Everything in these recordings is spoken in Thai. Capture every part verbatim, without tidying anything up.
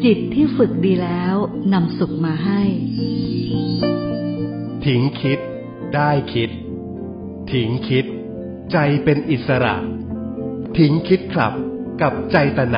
จิตที่ฝึกดีแล้วนำสุขมาให้ทิ้งคิดได้คิดทิ้งคิดใจเป็นอิสระทิ้งคิดครับกับใจตนะ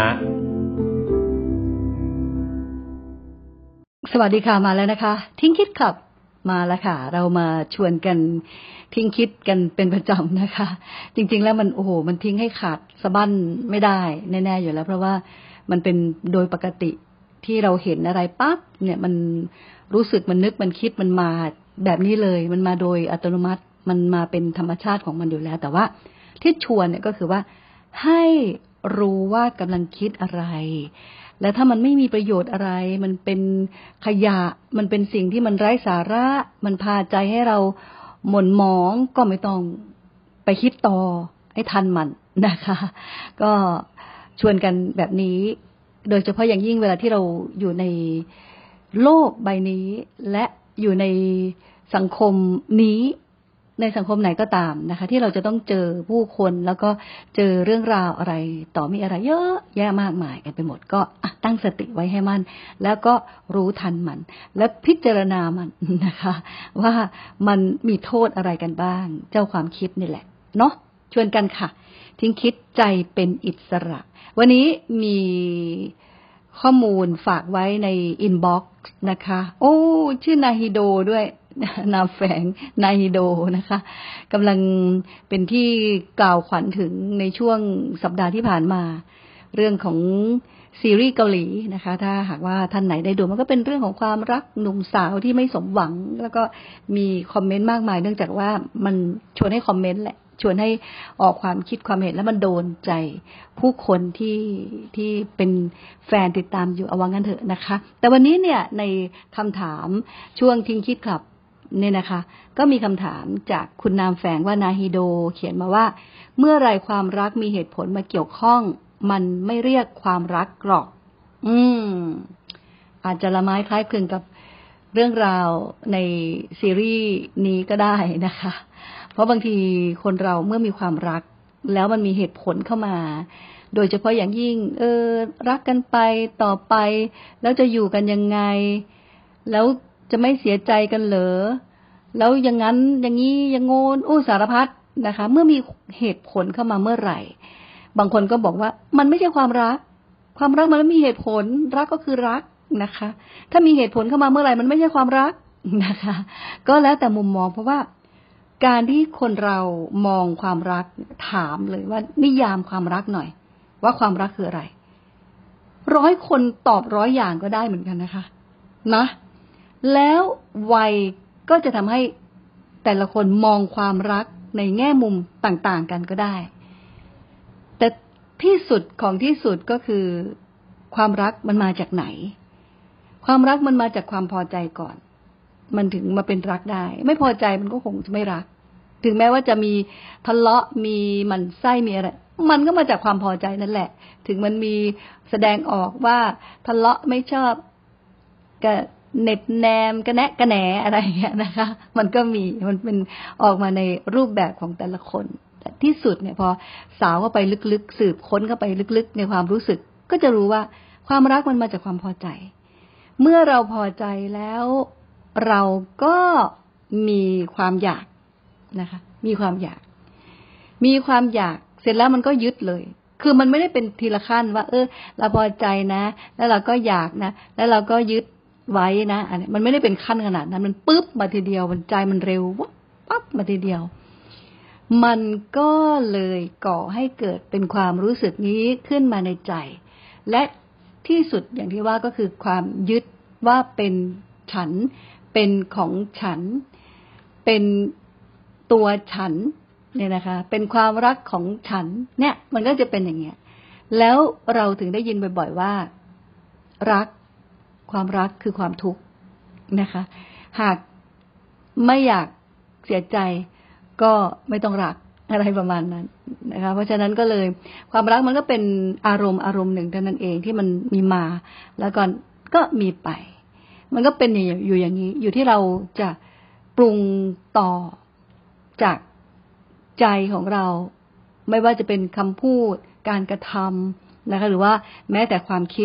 สวัสดีค่ะมาแล้วนะคะทิ้งคิดครับมาแล้วค่ะเรามาชวนกันทิ้งคิดกันเป็นประจำนะคะจริงๆแล้วมันโอ้โหมันทิ้งให้ขาดสะบั้นไม่ได้แน่ๆอยู่แล้วเพราะว่ามันเป็นโดยปกติที่เราเห็นอะไรปั๊บเนี่ยมันรู้สึกมันนึกมันคิดมันมาแบบนี้เลยมันมาโดยอัตโนมัติมันมาเป็นธรรมชาติของมันอยู่แล้วแต่ว่าที่ชวนเนี่ยก็คือว่าให้รู้ว่ากำลังคิดอะไรและถ้ามันไม่มีประโยชน์อะไรมันเป็นขยะมันเป็นสิ่งที่มันไร้สาระมันพาใจให้เราหม่นหมองก็ไม่ต้องไปคิดต่อให้ทันมันนะคะก็ชวนกันแบบนี้โดยเฉพาะอย่างยิ่งเวลาที่เราอยู่ในโลกใบนี้และอยู่ในสังคมนี้ในสังคมไหนก็ตามนะคะที่เราจะต้องเจอผู้คนแล้วก็เจอเรื่องราวอะไรต่อมีอะไรเยอะแยะมากมายกันไปหมดก็ตั้งสติไว้ให้มั่นแล้วก็รู้ทันมันและพิจารณามันนะคะว่ามันมีโทษอะไรกันบ้างเจ้าความคิดนี่แหละเนาะชวนกันค่ะทิ้งคิดใจเป็นอิสระวันนี้มีข้อมูลฝากไว้ในอินบ็อกซ์นะคะโอ้ชื่อนาฮิโดด้วยนามแฝงนาฮิโดนะคะกำลังเป็นที่กล่าวขวัญถึงในช่วงสัปดาห์ที่ผ่านมาเรื่องของซีรีส์เกาหลีนะคะถ้าหากว่าท่านไหนได้ดูมันก็เป็นเรื่องของความรักหนุ่มสาวที่ไม่สมหวังแล้วก็มีคอมเมนต์มากมายเนื่องจากว่ามันชวนให้คอมเมนต์แหละชวนให้ออกความคิดความเห็นแล้วมันโดนใจผู้คนที่ที่เป็นแฟนติดตามอยู่เอาว่างั้นเถอะนะคะแต่วันนี้เนี่ยในคำถามช่วงทิ้งคิดครับเนี่ยนะคะก็มีคำถามจากคุณนามแฝงว่านาฮิโดเขียนมาว่าเมื่อไรความรักมีเหตุผลมาเกี่ยวข้องมันไม่เรียกความรักหรอกอืมอาจจะละไม้คล้ายคลึงกับเรื่องราวในซีรีส์นี้ก็ได้นะคะเพราะบางทีคนเราเมื่อมีความรักแล้วมันมีเหตุผลเข้ามาโดยเฉพาะอย่างยิ่งเออรักกันไปต่อไปแล้วจะอยู่กันยังไงแล้วจะไม่เสียใจกันเหรอแล้วอย่างนั้นอย่างนี้อย่างโน้นอู้สารพัดนะคะเมื่อมีเหตุผลเข้ามาเมื่อไหร่บางคนก็บอกว่ามันไม่ใช่ความรักความรักมันไม่มีเหตุผลรักก็คือรักนะคะถ้ามีเหตุผลเข้ามาเมื่อไหร่มันไม่ใช่ความรักนะคะก็แล้วแต่มุมมองเพราะว่าการที่คนเรามองความรักถามเลยว่านิยามความรักหน่อยว่าความรักคืออะไรร้อยคนตอบร้อยอย่างก็ได้เหมือนกันนะคะนะแล้ววัยก็จะทำให้แต่ละคนมองความรักในแง่มุมต่างๆกันก็ได้แต่ที่สุดของที่สุดก็คือความรักมันมาจากไหนความรักมันมาจากความพอใจก่อนมันถึงมาเป็นรักได้ไม่พอใจมันก็คงจะไม่รักถึงแม้ว่าจะมีทะเลาะมีหมั่นไส้มีอะไรมันก็มาจากความพอใจนั่นแหละถึงมันมีแสดงออกว่าทะเลาะไม่ชอบก็เน็บแนมกระแนะกระแหนอะไรอย่างเงี้ยนะคะมันก็มีมันเป็นออกมาในรูปแบบของแต่ละคนแต่ที่สุดเนี่ยพอสาวเข้าไปลึกๆสืบค้นเข้าไปลึกๆในความรู้สึกก็จะรู้ว่าความรักมันมาจากความพอใจเมื่อเราพอใจแล้วเราก็มีความอยากนะคะมีความอยากมีความอยากเสร็จแล้วมันก็ยึดเลยคือมันไม่ได้เป็นทีละขั้นว่าเออเราพอใจนะแล้วเราก็อยากนะแล้วเราก็ยึดไว้นะอันนี้มันไม่ได้เป็นขั้นขนาดนั้นมันปึ๊บมาทีเดียวมันใจมันเร็วปั๊บมาทีเดียวมันก็เลยก่อให้เกิดเป็นความรู้สึกนี้ขึ้นมาในใจและที่สุดอย่างที่ว่าก็คือความยึดว่าเป็นฉันเป็นของฉันเป็นตัวฉันเนี่ยนะคะเป็นความรักของฉันเนี่ยมันก็จะเป็นอย่างเงี้ยแล้วเราถึงได้ยินบ่อยๆว่ารักความรักคือความทุกข์นะคะหากไม่อยากเสียใจก็ไม่ต้องรักอะไรประมาณนั้นนะคะเพราะฉะนั้นก็เลยความรักมันก็เป็นอารมณ์อารมณ์หนึ่งเท่านั้นเองที่มันมีมาแล้วก็ก็มีไปมันก็เป็นอยู่อย่างนี้อยู่ที่เราจะปรุงต่อจากใจของเราไม่ว่าจะเป็นคำพูดการกระทำนะคะหรือว่าแม้แต่ความคิด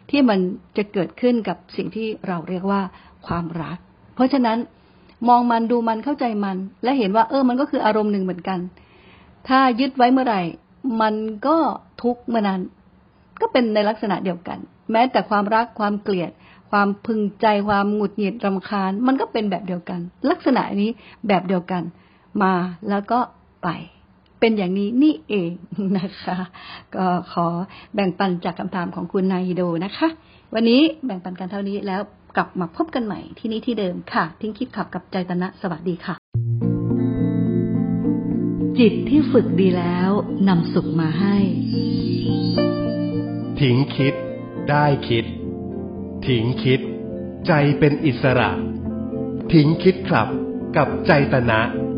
ที่มันจะเกิดขึ้นกับสิ่งที่เราเรียกว่าความรักเพราะฉะนั้นมองมันดูมันเข้าใจมันและเห็นว่าเออมันก็คืออารมณ์หนึ่งเหมือนกันถ้ายึดไว้เมื่อไหร่มันก็ทุกข์เมื่อนั้นก็เป็นในลักษณะเดียวกันแม้แต่ความรักความเกลียดความพึงใจความหงุดหงิดรำคาญมันก็เป็นแบบเดียวกันลักษณะนี้แบบเดียวกันมาแล้วก็ไปเป็นอย่างนี้นี่เองนะคะก็ขอแบ่งปันจากคำถามของคุณนายฮิโดนะคะวันนี้แบ่งปันกันเท่านี้แล้วกลับมาพบกันใหม่ที่นี้ที่เดิมค่ะทิ้งคิดขับกับใจตนะสวัสดีค่ะจิตที่ฝึกดีแล้วนำสุขมาให้ทิ้งคิดได้คิดทิ้งคิดใจเป็นอิสระทิ้งคิดครับกับใจตนะ